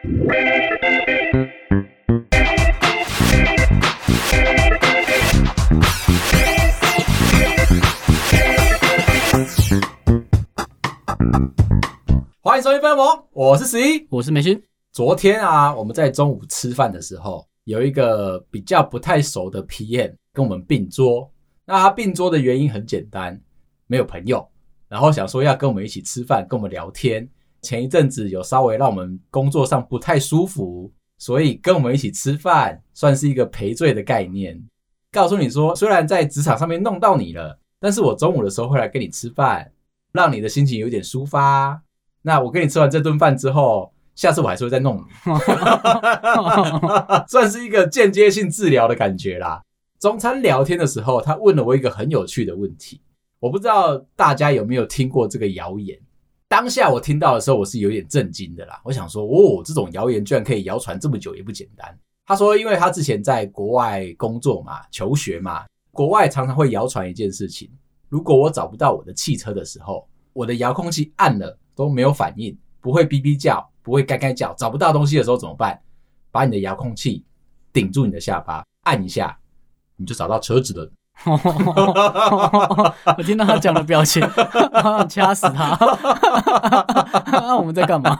欢迎收听《分魔》，我是11， 我是梅勋。 昨天啊，我们在中午吃饭的时候，有一个比较不太熟的 PM 跟我们并桌。那他并桌的原因很简单，没有朋友，然后想说要跟我们一起吃饭，跟我们聊天。前一阵子有稍微让我们工作上不太舒服，所以跟我们一起吃饭，算是一个赔罪的概念。告诉你说，虽然在职场上面弄到你了，但是我中午的时候会来跟你吃饭，让你的心情有点抒发。那我跟你吃完这顿饭之后，下次我还是会再弄你。算是一个间接性治疗的感觉啦。中餐聊天的时候，他问了我一个很有趣的问题，我不知道大家有没有听过这个谣言。当下我听到的时候，我是有点震惊的啦。我想说，这种谣言居然可以谣传这么久，也不简单。他说，因为他之前在国外工作嘛，求学嘛，国外常常会谣传一件事情：如果我找不到我的汽车的时候，我的遥控器按了都没有反应，不会哔哔叫，不会该该叫，找不到东西的时候怎么办？把你的遥控器顶住你的下巴，按一下，你就找到车子了。 我听到他讲的表情，好想掐死他。那我们在干嘛？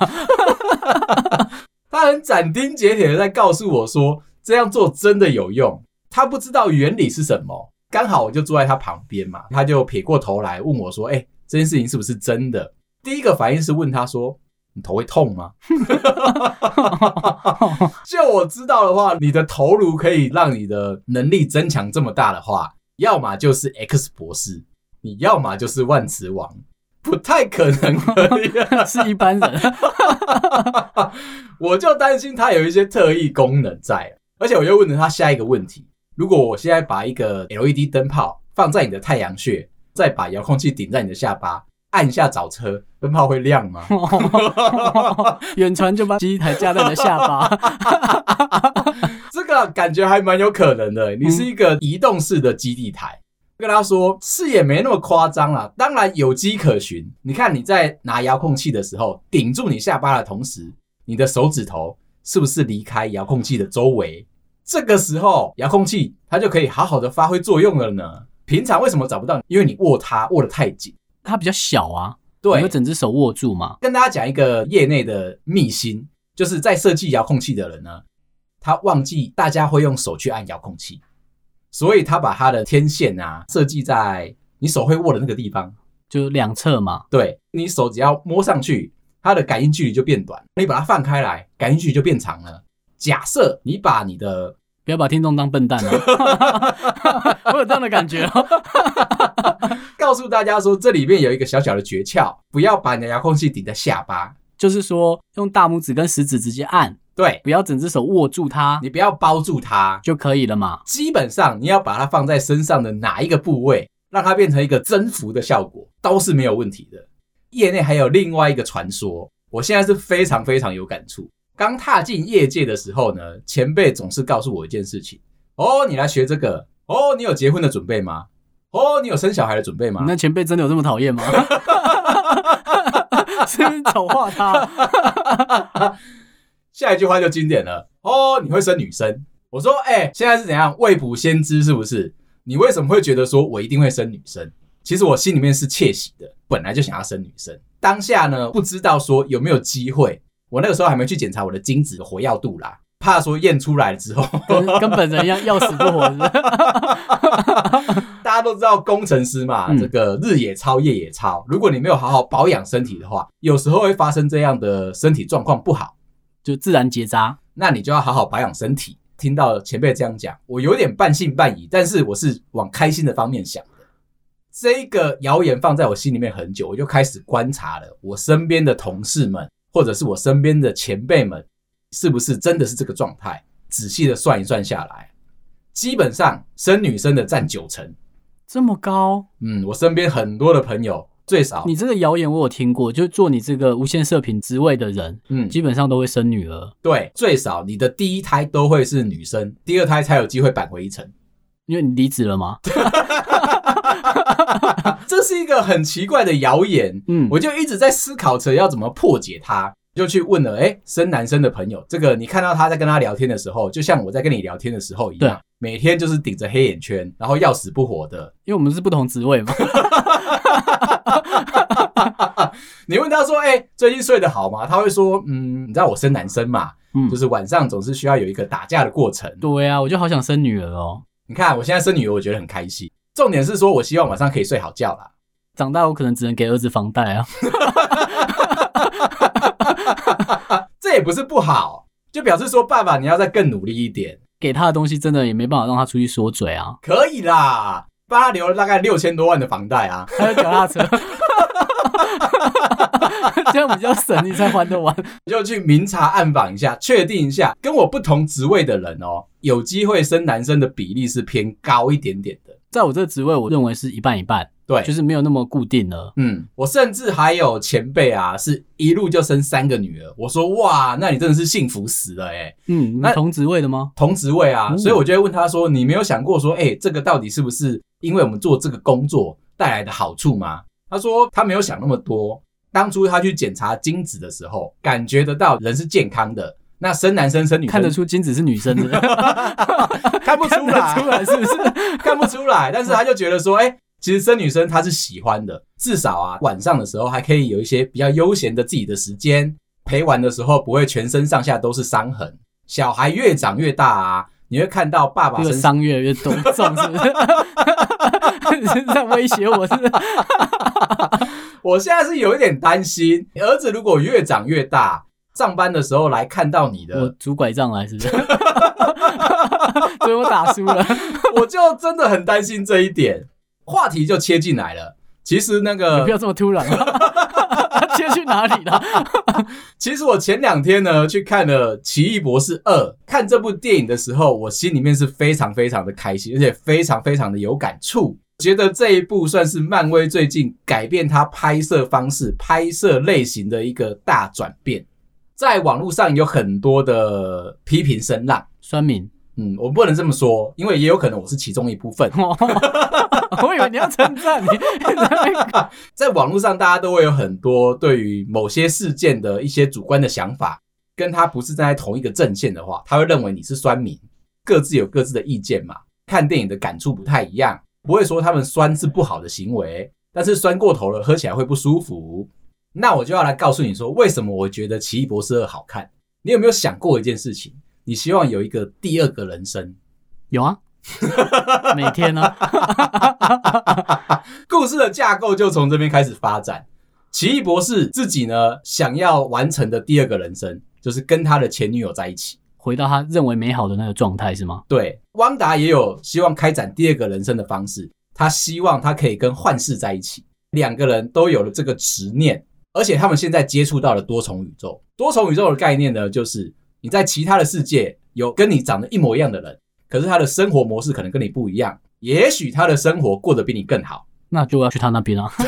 他很斩钉截铁的在告诉我说，这样做真的有用。他不知道原理是什么，刚好我就坐在他旁边嘛，他就撇过头来问我说：“这件事情是不是真的？”第一个反应是问他说：“你头会痛吗？”就我知道的话，你的头颅可以让你的能力增强这么大的话，要么就是 X 博士，你要么就是万磁王，不太可能可以是一般人。 我就担心他有一些特异功能在，而且我又问了他下一个问题：如果我现在把一个 LED 灯泡放在你的太阳穴，再把遥控器顶在你的下巴，按一下找车，灯泡会亮吗？ 远传就把机台架在你的下巴。 这个感觉还蛮有可能的。你是一个移动式的基地台。跟他说是也没那么夸张啦，当然有迹可循。你看你在拿遥控器的时候，顶住你下巴的同时，你的手指头是不是离开遥控器的周围？这个时候遥控器它就可以好好的发挥作用了呢。平常为什么找不到？因为你握它握得太紧。 它比较小啊， 对， 你会整只手握住嘛。 跟大家讲一个业内的秘辛，就是在设计遥控器的人呢，他忘记大家会用手去按遥控器，所以他把他的天线啊设计在你手会握的那个地方， 就两侧嘛。 对，你手只要摸上去，它的感应距离就变短，你把它放开来，感应距离就变长了。假设你把你的， 不要把听众当笨蛋啊。我有这样的感觉哦。 告诉大家说，这里面有一个小小的诀窍，不要把你的遥控器顶在下巴， 就是说用大拇指跟食指直接按， 对， 不要整只手握住它， 你不要包住它就可以了嘛。 基本上你要把它放在身上的哪一个部位，让它变成一个征服的效果，都是没有问题的。业内还有另外一个传说，我现在是非常非常有感触。刚踏进业界的时候呢，前辈总是告诉我一件事情：你来学这个，你有结婚的准备吗？你有生小孩的准备吗？ 那前辈真的有这么讨厌吗？是不是丑化他？ 下一句话就经典了：你会生女生。我说现在是怎样？未卜先知是不是？你为什么会觉得说我一定会生女生？其实我心里面是窃喜的，本来就想要生女生。当下呢，不知道说有没有机会，我那个时候还没去检查我的精子的活跃度啦，怕说验出来了之后跟本人一样要死不活是不是？ 大家都知道工程师嘛，这个日也操夜也操，如果你没有好好保养身体的话，有时候会发生这样的身体状况不好， 就自然结扎， 那你就要好好保养身体。听到前辈这样讲，我有点半信半疑，但是我是往开心的方面想的。这个谣言放在我心里面很久，我就开始观察了我身边的同事们，或者是我身边的前辈们，是不是真的是这个状态。仔细的算一算下来，基本上生女生的占90%， 这么高？ 我身边很多的朋友最少， 你这个谣言我有听过，就做你这个无线射频职位的人，基本上都会生女儿。 对，最少你的第一胎都会是女生，第二胎才有机会扳回一城。 因为你离职了吗？ 这是一个很奇怪的谣言，我就一直在思考着要怎么破解它。 就去问了生男生的朋友，这个你看到他在跟他聊天的时候，就像我在跟你聊天的时候一样，每天就是顶着黑眼圈，然后要死不活的， 因为我们是不同职位嘛。 你问他说最近睡得好吗？他会说你知道我生男生嘛，就是晚上总是需要有一个打架的过程。 对啊，我就好想生女儿哦。 你看我现在生女儿我觉得很开心，重点是说我希望晚上可以睡好觉啦。 长大我可能只能给儿子房贷啊。 这也不是不好，就表示说爸爸你要再更努力一点， 给他的东西真的也没办法让他出去说嘴啊。 可以啦，帮他留了大概6000多万的房贷啊， 还有脚踏车。这样比较省，你才还得完。 就去明察暗访一下，确定一下跟我不同职位的人有机会生男生的比例是偏高一点点的。 在我这个职位，我认为是一半一半，对，就是没有那么固定了。 我甚至还有前辈啊，是一路就生3个女儿。我说哇，那你真的是幸福死了那同职位的吗？ 同职位啊，所以我就会问他说，你没有想过说，这个到底是不是因为我们做这个工作带来的好处吗？他说他没有想那么多。当初他去检查精子的时候，感觉得到人是健康的。那生男生生女生， 看得出精子是女生的， 看不出来， 看得出来是不是？ 看不出来，但是他就觉得说，其实生女生他是喜欢的，至少啊晚上的时候还可以有一些比较悠闲的自己的时间，陪玩的时候不会全身上下都是伤痕。小孩越长越大啊，你会看到爸爸这个伤越来越重，是不是？你是在威胁我是不是？ 我现在是有一点担心，儿子如果越长越大，上班的时候来看到你的， 我拄拐杖来是不是？所以我打输了， 我就真的很担心这一点。话题就切进来了，其实那个你不要这么突然切去哪里了？ 其实我前2天呢去看了《奇异博士2》，看这部电影的时候，我心里面是非常非常的开心，而且非常非常的有感触。觉得这一部算是漫威最近改变它拍摄方式、拍摄类型的一个大转变。在网络上有很多的批评声浪、 酸民。 我不能这么说，因为也有可能我是其中一部分。 我以为你要称赞你。 在网络上，大家都会有很多对于某些事件的一些主观的想法，跟他不是站在同一个阵线的话，他会认为你是酸民，各自有各自的意见嘛。看电影的感触不太一样。不会说他们酸是不好的行为，但是酸过头了喝起来会不舒服。那我就要来告诉你说，为什么我觉得《奇异博士2》好看。你有没有想过一件事情？你希望有一个第二个人生？ 有啊，每天啊。 故事的架构就从这边开始发展。奇异博士自己呢，想要完成的第二个人生，就是跟他的前女友在一起。 回到他认为美好的那个状态是吗？ 对，汪达也有希望开展第二个人生的方式，他希望他可以跟幻视在一起，两个人都有了这个执念，而且他们现在接触到了多重宇宙。多重宇宙的概念呢，就是你在其他的世界有跟你长得一模一样的人，可是他的生活模式可能跟你不一样，也许他的生活过得比你更好， 那就要去他那边啊。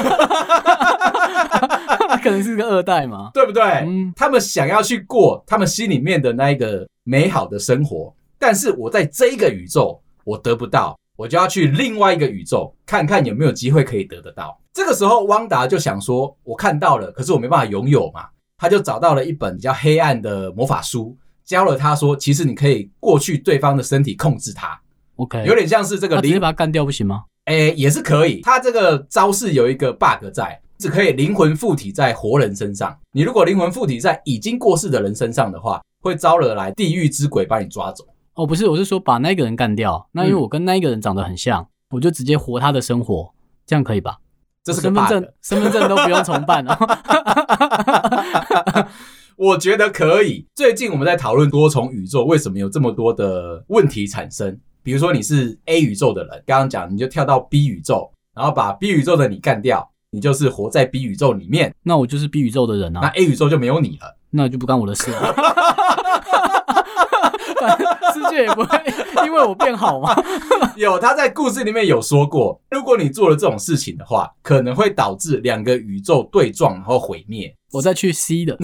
可能是个二代嘛， 对不对？他们想要去过他们心里面的那一个美好的生活，但是我在这一个宇宙我得不到，我就要去另外一个宇宙看看有没有机会可以得得到。这个时候汪达就想说，我看到了，可是我没办法拥有嘛，他就找到了一本比较黑暗的魔法书，教了他说，其实你可以过去对方的身体控制他。 OK， 有点像是这个直接把他干掉不行吗？ 也是可以。他这个招式有一个 bug 在，只可以灵魂附体在活人身上。你如果灵魂附体在已经过世的人身上的话，会招惹来地狱之鬼把你抓走。 哦，不是，我是说把那个人干掉。那因为我跟那一个人长得很像，我就直接活他的生活，这样可以吧？ 这是个 bug， 身份证都不用重办了。 我觉得可以。最近我们在讨论多重宇宙为什么有这么多的问题产生。比如说你是 A 宇宙的人，刚刚讲你就跳到 B 宇宙，然后把 B 宇宙的你干掉，你就是活在 B 宇宙里面。 那我就是 B 宇宙的人啊。 那 A 宇宙就没有你了， 那就不干我的事了。世界也不会因为我变好吗？ 有，他在故事里面有说过，如果你做了这种事情的话，可能会导致两个宇宙对撞然后毁灭。 我再去 C 的。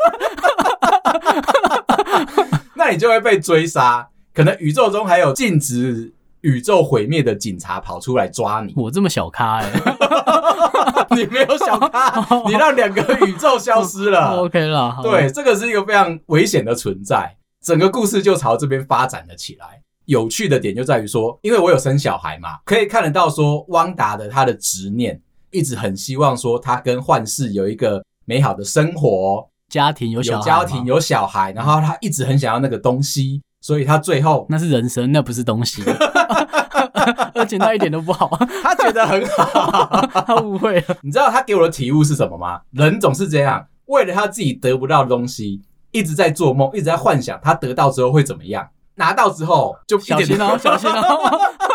那你就会被追杀，可能宇宙中还有禁止宇宙毁灭的警察跑出来抓你。 我这么小咖你没有小咖，你让2个宇宙消失了。 OK 啦， 对，这个是一个非常危险的存在。整个故事就朝这边发展了起来。有趣的点就在于说，因为我有生小孩嘛，可以看得到说汪达的他的执念，一直很希望说他跟幻视有一个美好的生活， 家庭有小孩，然后他一直很想要那个东西，所以他最后那是人生，那不是东西。而且他一点都不好， 他觉得很好， 他误会了。 你知道他给我的体悟是什么吗？人总是这样，为了他自己得不到的东西，一直在做梦，一直在幻想他得到之后会怎么样，拿到之后就一点小心哦，小心哦。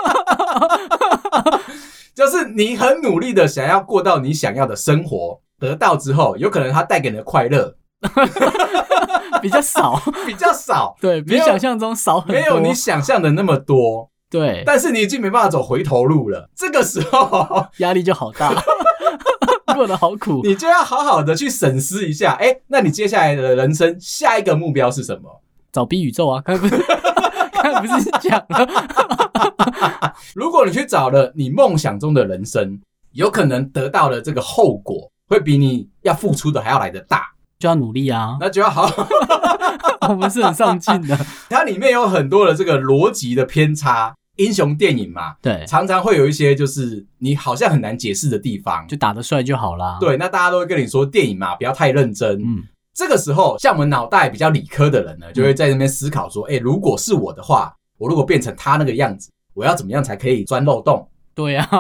就是你很努力的想要过到你想要的生活，得到之后，有可能他带给你的快乐比较少， 对， 比想象中少很多， 没有你想象的那么多。 对， 但是你已经没办法走回头路了，这个时候压力就好大，过得好苦。 你就要好好的去审视一下，那你接下来的人生下一个目标是什么？ 找 B 宇宙啊，刚才不是讲了？ 如果你去找了你梦想中的人生，有可能得到的这个后果会比你要付出的还要来得大， 就要努力啊， 那就要好好我们是很上进的。 它里面有很多的这个逻辑的偏差，英雄电影嘛， 对， 常常会有一些就是你好像很难解释的地方， 就打得帅就好啦。 对，那大家都会跟你说电影嘛，不要太认真。这个时候像我们脑袋比较理科的人呢，就会在那边思考说，如果是我的话，我如果变成他那个样子，我要怎么样才可以钻漏洞？ 对啊，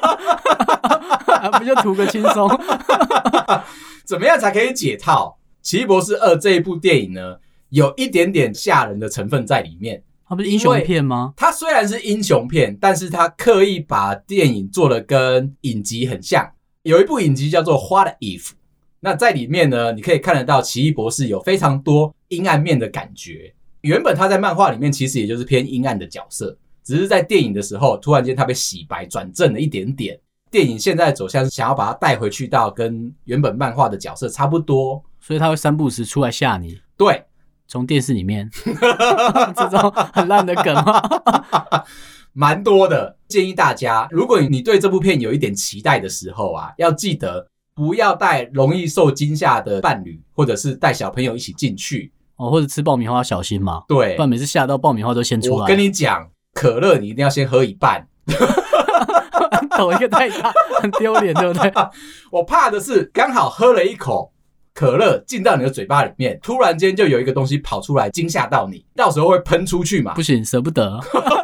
不就图个轻松？ 怎么样才可以解套？奇异博士2这一部电影呢，有一点点吓人的成分在里面。 它不是英雄片吗？ 它虽然是英雄片，但是它刻意把电影做得跟影集很像。有一部影集叫做 What If， 那在里面呢，你可以看得到奇异博士有非常多阴暗面的感觉。原本他在漫画里面其实也就是偏阴暗的角色，只是在电影的时候突然间他被洗白转正了一点点。电影现在的走向是想要把它带回去到跟原本漫画的角色差不多， 所以他会3不5时出来吓你。 对， 从电视里面这种很烂的梗吗？ 蛮多的。建议大家，如果你对这部片有一点期待的时候啊，要记得不要带容易受惊吓的伴侣，或者是带小朋友一起进去或者吃爆米花要小心嘛。 对， 不然每次吓到爆米花都先出来。 我跟你讲，可乐你一定要先喝一半。 抖一个太大，很丢脸，对不对？ 我怕的是刚好喝了一口可乐进到你的嘴巴里面，突然间就有一个东西跑出来惊吓到你，到时候会喷出去嘛。 不行，舍不得。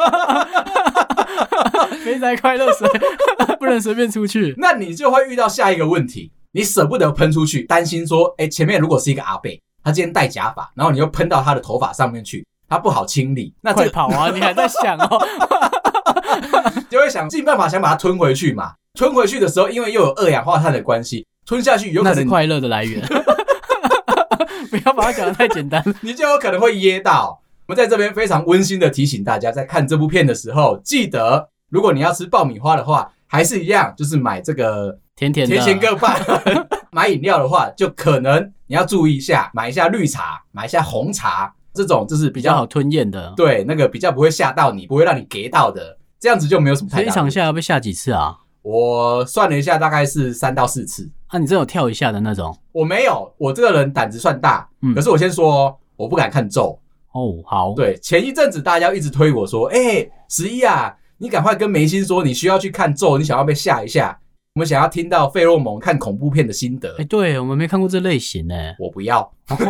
肥宅快乐水不能随便出去， 那你就会遇到下一个问题，你舍不得喷出去，担心说前面如果是一个阿伯，他今天戴假发，然后你又喷到他的头发上面去，他不好清理，那快跑啊，你还在想就会想尽办法想把它吞回去嘛。吞回去的时候，因为又有2氧化碳的关系，吞下去有可能那是快乐的来源。不要把它讲得太简单， 你就有可能会噎到。我们在这边非常温馨的提醒大家，在看这部片的时候，记得如果你要吃爆米花的话，还是一样，就是买这个甜甜的甜咸各半。买饮料的话，就可能你要注意一下，买一下绿茶，买一下红茶，这种就是比较好吞咽的。 对，那个比较不会吓到你，不会让你给到的，这样子就没有什么太大的。 所以一场下要被吓几次啊？ 我算了一下，大概是3到4次。 你真有跳一下的那种？ 我没有，我这个人胆子算大。可是我先说，我不敢看咒。 好。 对，前一阵子大家一直推我说，11啊，你赶快跟梅心说你需要去看咒，你想要被吓一下。我们想要听到费洛蒙看恐怖片的心得。 对，我们没看过这类型我不要。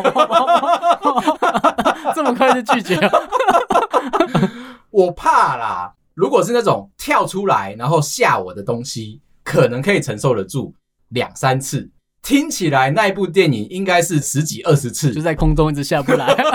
这么快就拒绝了？ 我怕啦。如果是那种跳出来然后吓我的东西，可能可以承受得住2-3次。听起来那一部电影应该是10几20次， 就在空中一直下不来。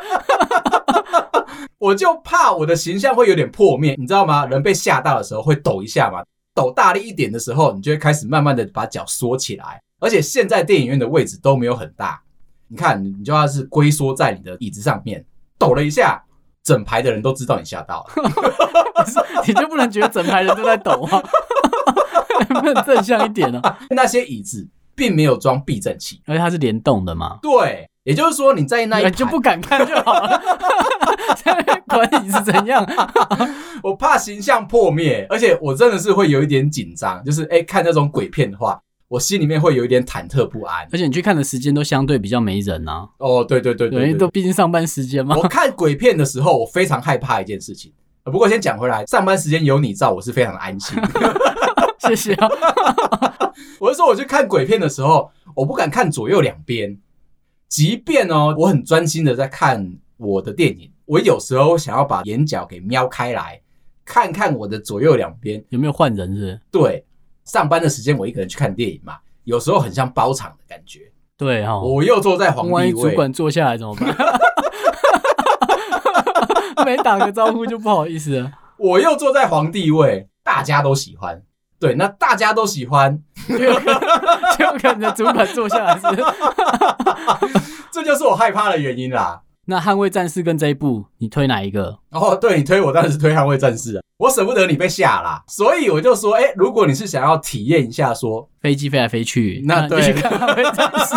我就怕我的形象会有点破灭，你知道吗？人被吓到的时候会抖一下嘛，抖大力一点的时候，你就会开始慢慢的把脚缩起来。而且现在电影院的位置都没有很大，你看你就要是龟缩在你的椅子上面，抖了一下，整排的人都知道你吓到了。 你就不能觉得整排人都在抖吗？能不能正向一点呢？ 那些椅子并没有装避震器， 而且它是联动的嘛。 对，也就是说你在那一排就不敢看就好了。管你是怎样。 我怕形象破灭，而且我真的是会有一点紧张，就是看那种鬼片的话， 我心里面会有一点忐忑不安。 而且你去看的时间都相对比较没人啊。 哦，对， 因为都毕竟上班时间嘛。 我看鬼片的时候，我非常害怕一件事情。不过先讲回来，上班时间有你照，我是非常的安心。 谢谢啊。 我是说，我去看鬼片的时候，我不敢看左右两边，即便我很专心的在看我的电影，我有时候想要把眼角给瞄开来，看看我的左右两边有没有换人是不是？ 对，上班的时间我一个人去看电影嘛，有时候很像包场的感觉。 对齁， 我又坐在皇帝位， 万一主管坐下来怎么办？没打个招呼就不好意思了。 我又坐在皇帝位，大家都喜欢。对，那大家都喜欢， 就可能主管坐下来是这就是我害怕的原因啦。 那捍卫战士跟这一部你推哪一个？ 哦，对，你推我当然是推捍卫战士啊，我舍不得你被吓啦，所以我就说，如果你是想要体验一下说飞机飞来飞去， 那对， 你去看捍卫战士。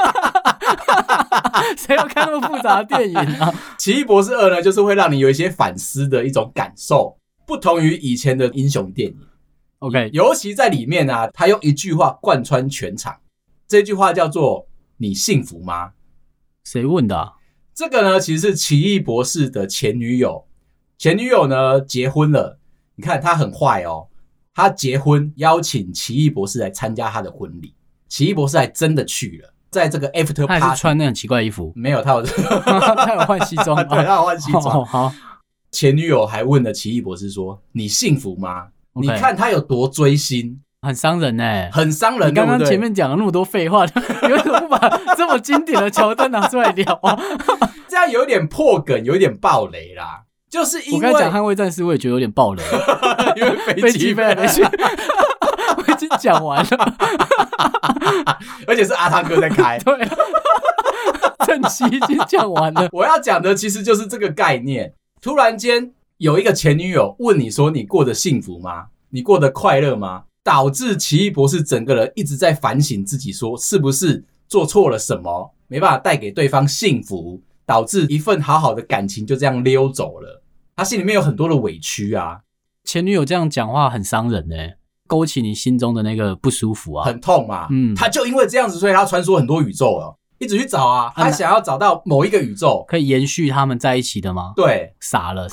谁要看那么复杂的电影啊？ 奇异博士2呢，就是会让你有一些反思的一种感受，不同于以前的英雄电影。 OK， 尤其在里面啊，他用一句话贯穿全场，这句话叫做“你幸福吗？” 谁问的啊？ 这个呢，其实是奇异博士的前女友。前女友呢结婚了，你看他很坏哦，他结婚邀请奇异博士来参加他的婚礼，奇异博士还真的去了，在这个 after party， 他还是穿那很奇怪的衣服， 没有，他有他有换西装， 对，他有换西装。 好， 前女友还问了奇异博士说：“你幸福吗？” Okay. 你看他有多追星， 很伤人欸， 很伤人。 你刚刚对不对？ 前面讲了那么多废话，你为什么不把这么经典的桥段拿出来聊啊？ 这样有点破梗，有点爆雷啦。就是因为我刚才讲捍卫战士，我也觉得有点爆雷， 因为飞机飞来飞去， 我已经讲完了， 而且是阿汤哥在开。 对，正期已经讲完了。 我要讲的其实就是这个概念。突然间有一个前女友问你说：“你过得幸福吗？你过得快乐吗？”导致奇异博士整个人一直在反省自己，说是不是做错了什么，没办法带给对方幸福，导致一份好好的感情就这样溜走了。他心里面有很多的委屈啊。 前女友这样讲话很伤人欸，勾起你心中的那个不舒服啊， 很痛嘛。他就因为这样子，所以他穿梭很多宇宙了，一直去找啊。他想要找到某一个宇宙， 可以延续他们在一起的吗？ 对， 傻了。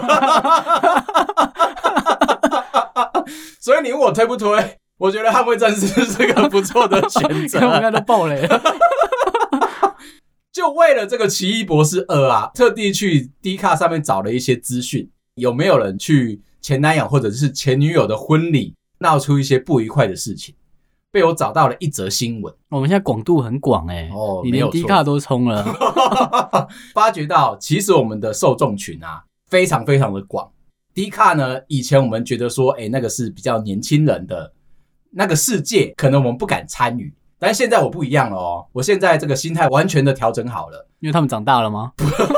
所以你问我推不推？我觉得捍卫战士是个不错的选择。 我刚才都爆雷了。 就为了这个奇异博士2啊，特地去 Dcard 上面找了一些资讯，有没有人去前男友或者是前女友的婚礼闹出一些不愉快的事情？被我找到了一则新闻。 我们现在广度很广你连 Dcard 都冲了。 发觉到其实我们的受众群啊非常非常的广。Dcard 呢，以前我们觉得说那个是比较年轻人的那个世界，可能我们不敢参与。但现在我不一样了哦，我现在这个心态完全的调整好了。 因为他们长大了吗？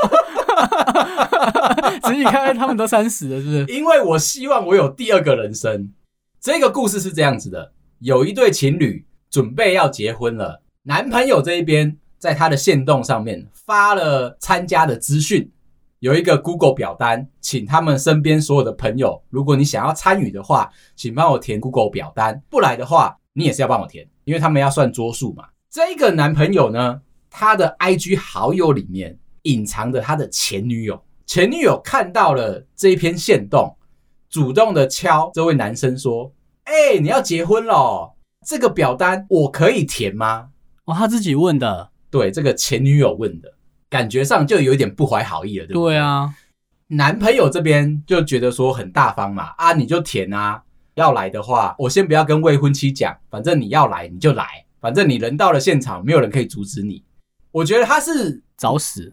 仔细看他们都30了是不是？ 因为我希望我有第二个人生。这个故事是这样子的，有一对情侣准备要结婚了，男朋友这一边在他的限动上面发了参加的资讯，有一个 Google 表单，请他们身边所有的朋友，如果你想要参与的话，请帮我填 Google 表单，不来的话你也是要帮我填，因为他们要算桌数嘛。这个男朋友呢，他的 IG 好友里面隐藏着他的前女友，前女友看到了这一篇限动，主动的敲这位男生说：“你要结婚了，这个表单我可以填吗？” 他自己问的。 对，这个前女友问的，感觉上就有一点不怀好意了，对不对？ 对啊， 男朋友这边就觉得说很大方嘛，你就填啊，要来的话，我先不要跟未婚妻讲，反正你要来你就来，反正你人到了现场，没有人可以阻止你。我觉得他是找死。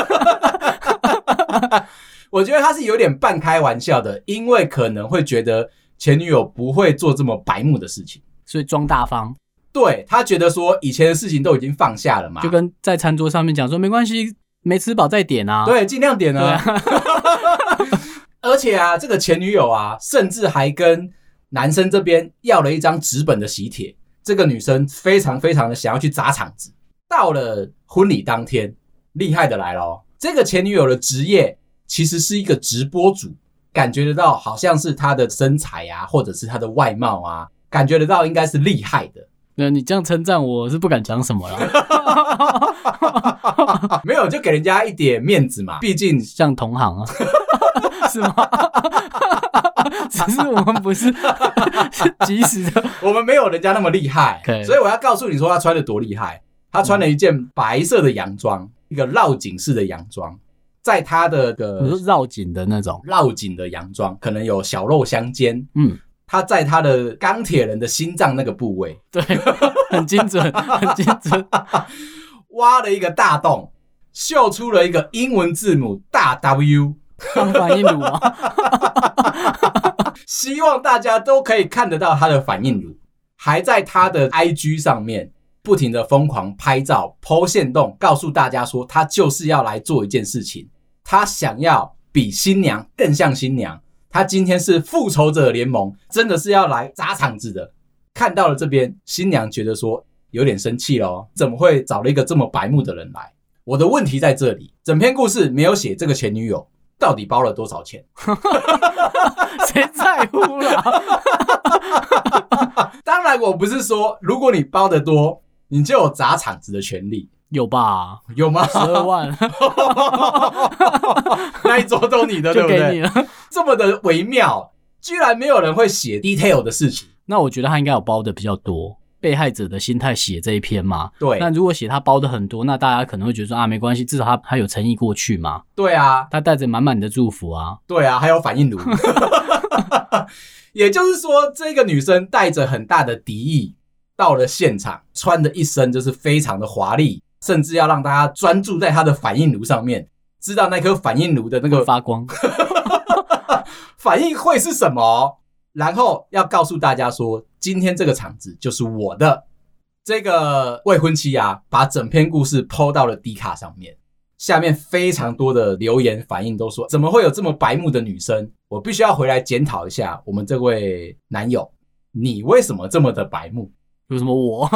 我觉得他是有点半开玩笑的，因为可能会觉得前女友不会做这么白目的事情，所以装大方。 对，他觉得说以前的事情都已经放下了嘛， 就跟在餐桌上面讲说没关系，没吃饱再点啊。 对，尽量点啊。而且啊，这个前女友啊，甚至还跟男生这边要了一张纸本的喜帖。这个女生非常非常的想要去砸场子。到了婚礼当天，厉害的来了哦，这个前女友的职业其实是一个直播主，感觉得到好像是她的身材啊，或者是她的外貌啊，感觉得到应该是厉害的。 对，你这样称赞我是不敢讲什么了。 没有，就给人家一点面子嘛，毕竟像同行啊，是吗？只是我们不是及时的， 我们没有人家那么厉害，所以我要告诉你说他穿的多厉害。他穿了一件白色的洋装，一个绕颈式的洋装，在他的你说绕颈的那种绕颈的洋装，可能有小肉相间。他在他的钢铁人的心脏那个部位， 对，很精准，很精准， 挖了一个大洞，秀出了一个英文字母大 W， 当反应乳吗？ 希望大家都可以看得到他的反应乳，还在他的 IG 上面不停的疯狂拍照 po 限动，告诉大家说他就是要来做一件事情，他想要比新娘更像新娘，他今天是复仇者联盟，真的是要来砸场子的。看到了这边，新娘觉得说有点生气咯，怎么会找了一个这么白目的人来？我的问题在这里，整篇故事没有写这个前女友到底包了多少钱。 谁在乎啦？ 当然我不是说如果你包得多你就有砸场子的权利， 有吧？ 有吗 ？12万， 那一桌都你的，对不对？ 就给你了。 这么的微妙，居然没有人会写 detail 的事情。 那我觉得他应该有包的比较多，被害者的心态写这一篇嘛。 对。 那如果写他包的很多，那大家可能会觉得说啊，没关系，至少他有诚意过去嘛。 对啊， 他带着满满的祝福啊。 对啊，还有反应炉。也就是说，这个女生带着很大的敌意到了现场，穿的一身就是非常的华丽，甚至要让大家专注在她的反应炉上面，知道那颗反应炉的那个发光反应会是什么，然后要告诉大家说，今天这个场子就是我的。这个未婚妻啊，把整篇故事 po 到了 D 卡上面，下面非常多的留言反应都说，怎么会有这么白目的女生？我必须要回来检讨一下我们这位男友，你为什么这么的白目？ 有什么我？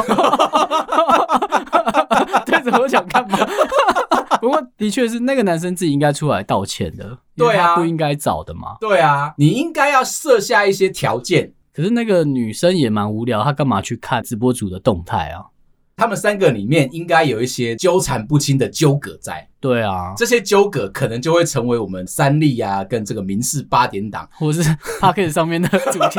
对着我想看吗？不过的确是那个男生自己应该出来道歉的， 对啊， 他不应该找的嘛。 对啊，你应该要设下一些条件。 可是那个女生也蛮无聊，她干嘛去看直播主的动态啊？ 他们三个里面应该有一些纠缠不清的纠葛在。 对啊， 这些纠葛可能就会成为我们三立啊跟这个民视8点档或是 Podcast 上面的主题。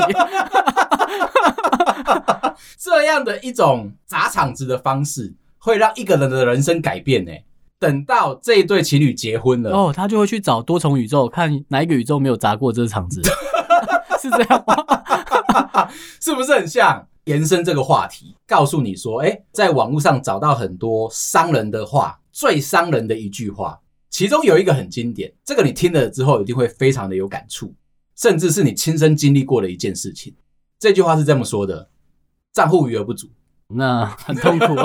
这样的一种砸场子的方式，会让一个人的人生改变欸。等到这一对情侣结婚了， 他就会去找多重宇宙，看哪一个宇宙没有砸过这个场子。是这样吗？ 是不是很像？延伸这个话题，告诉你说，在网络上找到很多伤人的话，最伤人的一句话，其中有一个很经典，这个你听了之后一定会非常的有感触，甚至是你亲身经历过的一件事情。这句话是这么说的：账户余额不足， 那很痛苦。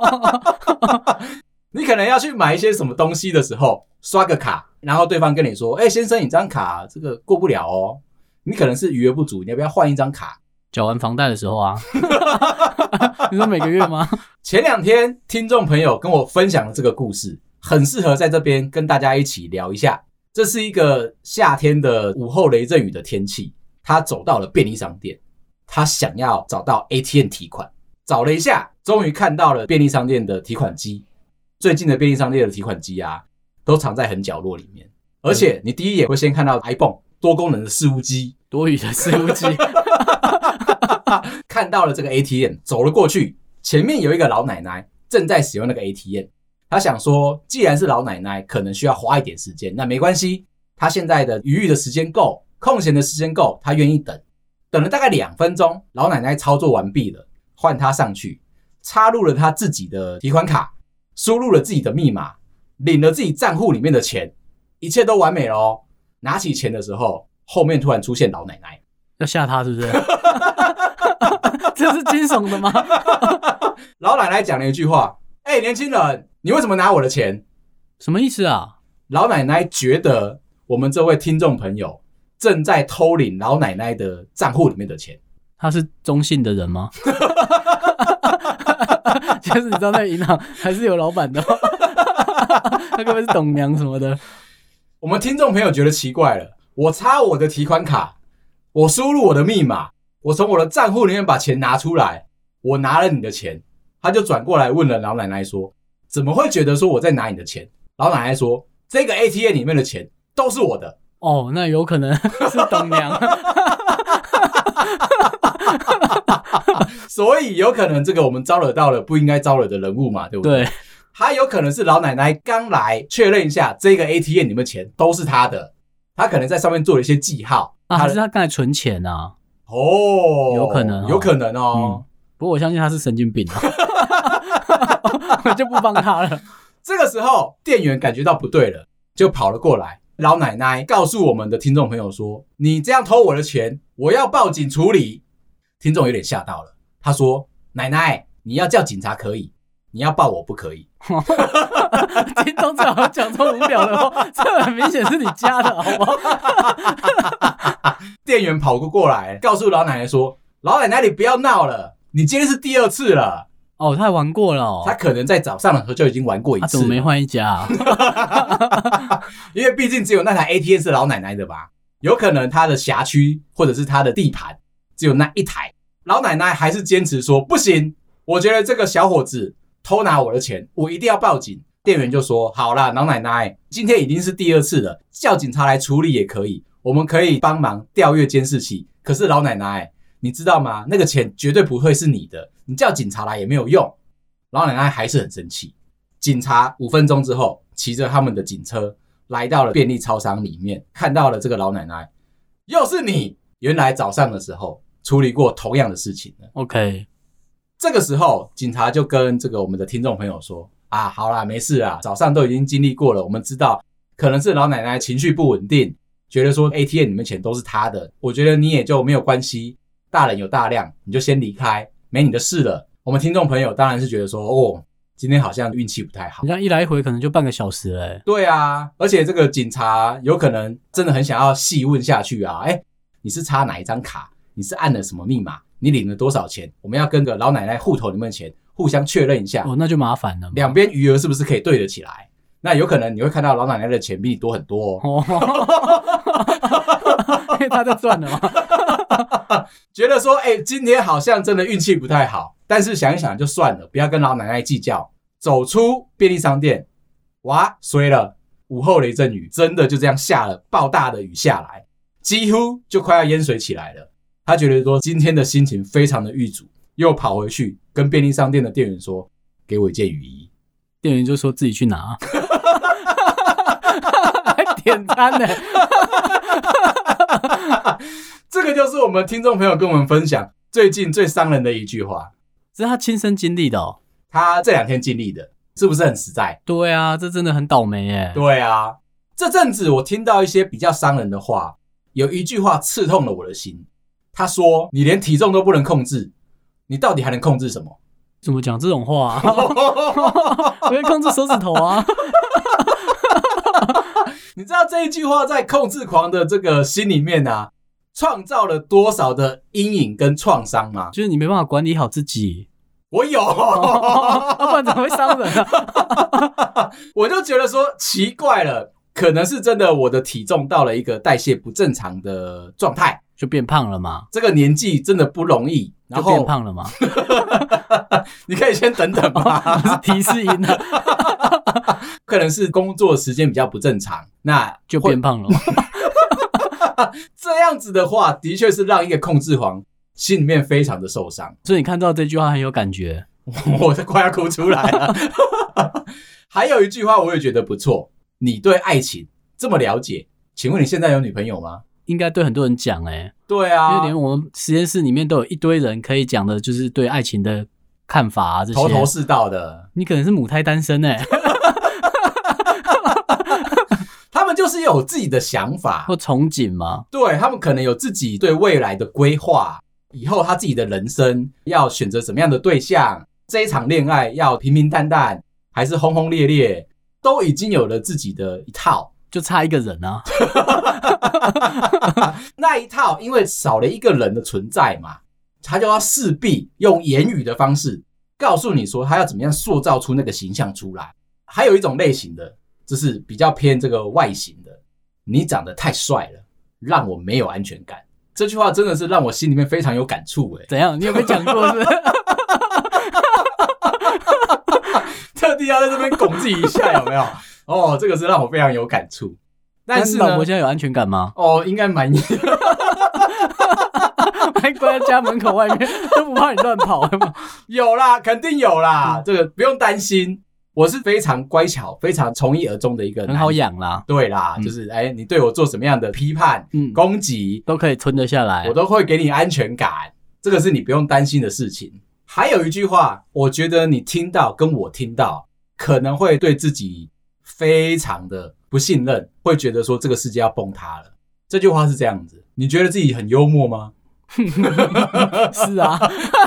你可能要去买一些什么东西的时候，刷个卡，然后对方跟你说，先生，你这张卡这个过不了哦，你可能是余额不足，你要不要换一张卡？ 缴完房贷的时候啊。你说每个月吗？ 前2天听众朋友跟我分享了这个故事，很适合在这边跟大家一起聊一下。这是一个夏天的午后雷阵雨的天气，他走到了便利商店，他想要找到 ATM 提款，找了一下，终于看到了便利商店的提款机。最近的便利商店的提款机啊，都藏在很角落里面，而且你第一眼会先看到 iPhone 多功能的事务机， 多余的事务机。 看到了这个 ATM， 走了过去，前面有一个老奶奶正在使用那个 ATM， 他想说既然是老奶奶可能需要花一点时间，那没关系，他现在的余裕的时间够，空闲的时间够，他愿意等。等了大概2分钟，老奶奶操作完毕了，换他上去，插入了他自己的提款卡，输入了自己的密码，领了自己账户里面的钱，一切都完美了哦。拿起钱的时候，后面突然出现老奶奶， 要吓他是不是？这是惊悚的吗？ 老奶奶讲了一句话：年轻人，你为什么拿我的钱？ 什么意思啊？ 老奶奶觉得我们这位听众朋友正在偷领老奶奶的账户里面的钱。 他是中信的人吗？就是你知道那个银行还是有老板的吗？他可不可以是董娘什么的？ 我们听众朋友觉得奇怪了，我插我的提款卡，我输入我的密码，我从我的账户里面把钱拿出来， 我拿了你的钱。他就转过来问了老奶奶说，怎么会觉得说我在拿你的钱？老奶奶说，这个 ATM 里面的钱都是我的。 哦，那有可能是董娘。 所以有可能这个我们招惹到了不应该招惹的人物嘛，对不对？ 对， 还有可能是老奶奶刚来确认一下这个 ATM 里面的钱都是她的，她可能在上面做了一些记号啊，还是他刚才存钱啊？ 哦， 有可能有可能哦。 不过我相信他是神经病啊，我就不帮他了。 这个时候店员感觉到不对了，就跑了过来。老奶奶告诉我们的听众朋友说，你这样偷我的钱，我要报警处理。听众有点吓到了，他说，奶奶，你要叫警察可以，你要报我不可以。 听众最好讲这么无聊的话，这很明显是你加的好不好？ 店员跑过来告诉老奶奶说，老奶奶你不要闹了，你今天是第2次了。 哦，他还玩过了哦。 他可能在早上的时候就已经玩过一次。 他怎么没换一家啊？ 因为毕竟只有那台 ATM 是老奶奶的吧，有可能他的辖区或者是他的地盘只有那一台。老奶奶还是坚持说不行，我觉得这个小伙子偷拿我的钱，我一定要报警。店员就说，好啦，老奶奶今天已经是第2次了，叫警察来处理也可以，我们可以帮忙调阅监视器。可是老奶奶你知道吗，那个钱绝对不会是你的，你叫警察来也没有用。老奶奶还是很生气。警察5分钟之后骑着他们的警车来到了便利超商里面，看到了这个老奶奶。又是你，原来早上的时候处理过同样的事情了。 OK， 这个时候警察就跟这个我们的听众朋友说，啊，好啦，没事啦，早上都已经经历过了，我们知道可能是老奶奶情绪不稳定，觉得说 ATM 里面钱都是她的，我觉得你也就没有关系，大人有大量，你就先离开，没你的事了。我们听众朋友当然是觉得说，哦，今天好像运气不太好。 你像一来一回可能就半个小时了欸。 对啊，而且这个警察有可能真的很想要细问下去啊，你是插哪一张卡？你是按了什么密码？你领了多少钱？我们要跟个老奶奶户头里面的钱互相确认一下。 哦，那就麻烦了嘛。 两边余额是不是可以对得起来？那有可能你会看到老奶奶的钱比你多很多哦。 因为他在赚了嘛。 觉得说，今天好像真的运气不太好，但是想一想就算了，不要跟老奶奶计较。走出便利商店，哇，衰了！午后雷阵雨真的就这样下了暴大的雨下来，几乎就快要淹水起来了。他觉得说今天的心情非常的郁卒，又跑回去跟便利商店的店员说，给我一件雨衣。 店员就说自己去拿。还点餐呢。 这个就是我们听众朋友跟我们分享最近最伤人的一句话， 这是他亲身经历的哦。 他这2天经历的，是不是很实在？ 对啊，这真的很倒霉耶。 对啊，这阵子我听到一些比较伤人的话，有一句话刺痛了我的心。他说，你连体重都不能控制，你到底还能控制什么？ 怎么讲这种话啊？我可以控制手指头啊。 你知道这一句话在控制狂的这个心里面啊，创造了多少的阴影跟创伤吗？ 就是你没办法管理好自己。 我有。 不然怎么会伤人啊？ 我就觉得说奇怪了，可能是真的我的体重到了一个代谢不正常的状态， 就变胖了嘛。 这个年纪真的不容易，然后就变胖了嘛。 你可以先等等嘛。 是提示音啊。 可能是工作时间比较不正常，那就变胖了嘛。 这样子的话的确是让一个控制狂心里面非常的受伤。 所以你看到这句话很有感觉。 我都快要哭出来了。还有一句话我也觉得不错，你对爱情这么了解，请问你现在有女朋友吗？ 应该对很多人讲欸。 对啊， 因为连我们实验室里面都有一堆人可以讲的，就是对爱情的看法啊，这些头头是道的。 你可能是母胎单身欸。 他们就是有自己的想法或憧憬嘛。 对，他们可能有自己对未来的规划，以后他自己的人生要选择什么样的对象，这一场恋爱要平平淡淡还是轰轰烈烈，都已经有了自己的一套， 就差一个人啊。 那一套因为少了一个人的存在嘛，他就要势必用言语的方式告诉你说他要怎么样塑造出那个形象出来。还有一种类型的，就是比较偏这个外形的，你长得太帅了，让我没有安全感。 这句话真的是让我心里面非常有感触欸。 怎样？你有没有讲过是不是？ 特地要在这边拱自己一下，有没有？哦，这个是让我非常有感触。但是呢， 老婆现在有安全感吗？ 哦，应该蛮还关在家门口外面，都不怕你乱跑吗？ 有啦，肯定有啦，这个不用担心。我是非常乖巧、非常从一而终的一个人， 很好养啦。 对啦，就是你对我做什么样的批判、攻击， 都可以吞得下来， 我都会给你安全感，这个是你不用担心的事情。还有一句话，我觉得你听到跟我听到，可能会对自己非常的不信任，会觉得说这个世界要崩塌了。这句话是这样子，你觉得自己很幽默吗？ 是啊，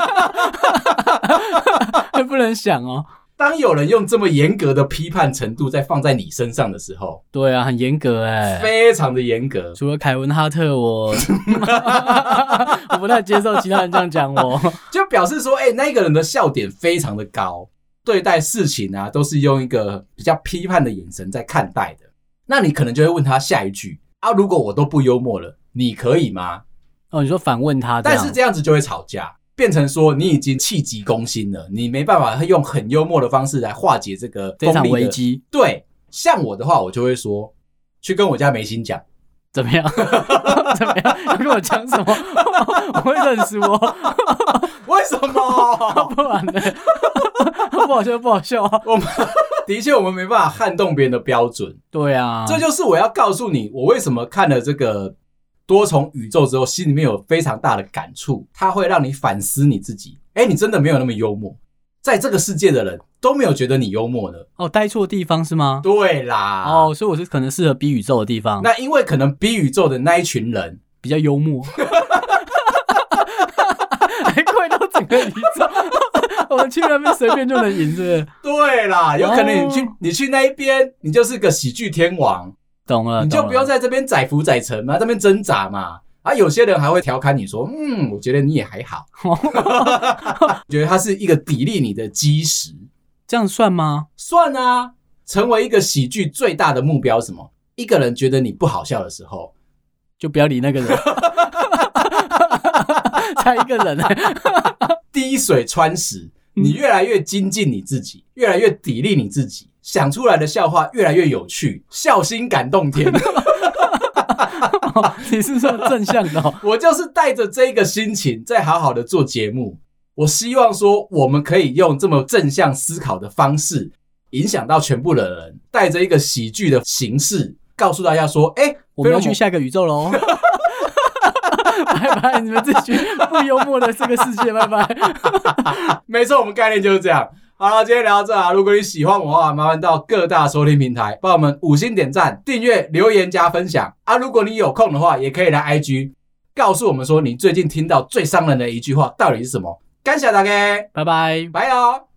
还不能想哦。 当有人用这么严格的批判程度再放在你身上的时候， 对啊，很严格非常的严格。 除了凯文哈特我不太接受其他人这样讲我， 就表示说，那个人的笑点非常的高，对待事情啊都是用一个比较批判的眼神在看待的。那你可能就会问他下一句啊，如果我都不幽默了，你可以吗？ 哦，你说反问他， 但是这样子就会吵架。变成说你已经气急攻心了，你没办法用很幽默的方式来化解这场危机。 对，像我的话，我就会说去跟我家梅心讲， 怎么样？怎么样？要跟我讲什么？我会认输哦。 为什么？ 不然呢？不好笑，不好笑啊！ 的确，我们没办法撼动别人的标准。 对啊， 这就是我要告诉你，我为什么看了这个多重宇宙之后，心里面有非常大的感触，它会让你反思你自己。你真的没有那么幽默，在这个世界的人都没有觉得你幽默的。 哦，待错地方是吗？ 对啦。 哦，所以我是可能适合 B 宇宙的地方。 那因为可能 B 宇宙的那一群人比较幽默，还快到整个宇宙，我们去那边随便就能赢，是不是？ 对啦，有可能你去那一边，你就是个喜剧天王。 懂了， 你就不用在这边载浮载沉嘛，在这边挣扎嘛。有些人还会调侃你说，我觉得你也还好。觉得它是一个砥砺你的基石， 这样算吗？ 算啊。成为一个喜剧最大的目标是什么？一个人觉得你不好笑的时候， 就不要理那个人。才一个人滴水穿石，你越来越精进你自己，越来越砥砺你自己，想出来的笑话越来越有趣，笑心感动天。 你是说正向的哦？ 我就是带着这个心情在好好的做节目。我希望说我们可以用这么正向思考的方式影响到全部的人，带着一个喜剧的形式告诉大家说， 我们要去下个宇宙咯。拜拜，你们这群不幽默的这个世界，拜拜。 没错，我们概念就是这样。好了，今天聊到这啊！如果你喜欢我的话，麻烦到各大收听平台帮我们5星点赞、订阅、留言加分享啊！如果你有空的话，也可以来 IG 告诉我们说你最近听到最伤人的一句话到底是什么。感谢大家， 拜拜， 拜咯。